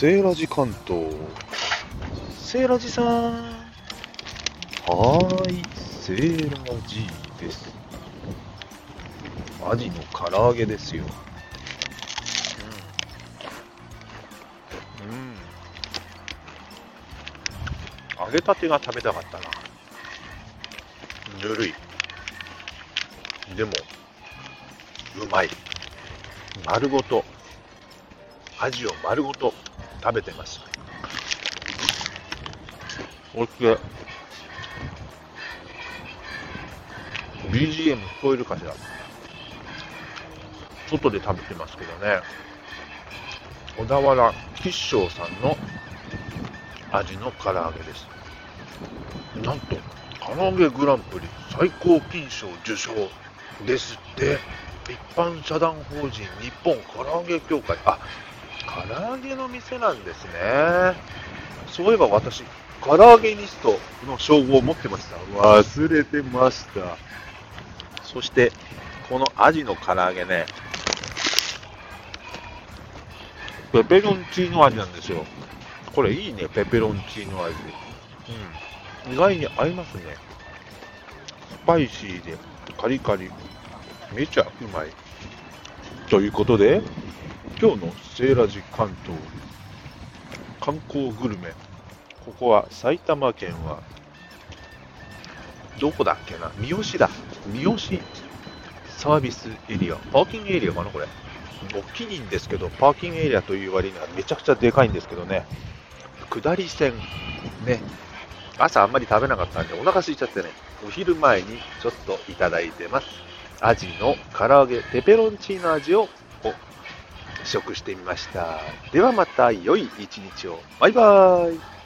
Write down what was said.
セーラジ関東。セーラジさん。はーい、セーラジです。アジの唐揚げですよ。揚げたてが食べたかったな。ぬるい。でも、うまい。丸ごと、アジを丸ごと食べてます。おいしい。BGM 聞こえるかしら。外で食べてますけどね。小田原吉祥さんのアジの唐揚げです。なんと唐揚げグランプリ最高金賞受賞ですって。一般社団法人日本唐揚げ協会。あ、唐揚げの店なんですね。そういえば私唐揚げニストの称号を持ってました。忘れてました。そしてこのアジの唐揚げね、ペペロンチーノ味なんですよ。これいいね、ペペロンチーノ味。意外に合いますね。スパイシーでカリカリ、めちゃうまい。ということで、今日のセーラジ関東観光グルメ、ここは埼玉県はどこだっけな、三好だ。三好サービスエリア、パーキングエリアかなこれ。大きいんですけど、パーキングエリアという割にはめちゃくちゃでかいんですけどね。下り線ね、朝あんまり食べなかったんでお腹空いちゃってね、お昼前にちょっといただいてます。アジの唐揚げペペロンチーノ味を試食してみました。ではまた良い一日を。バイバーイ。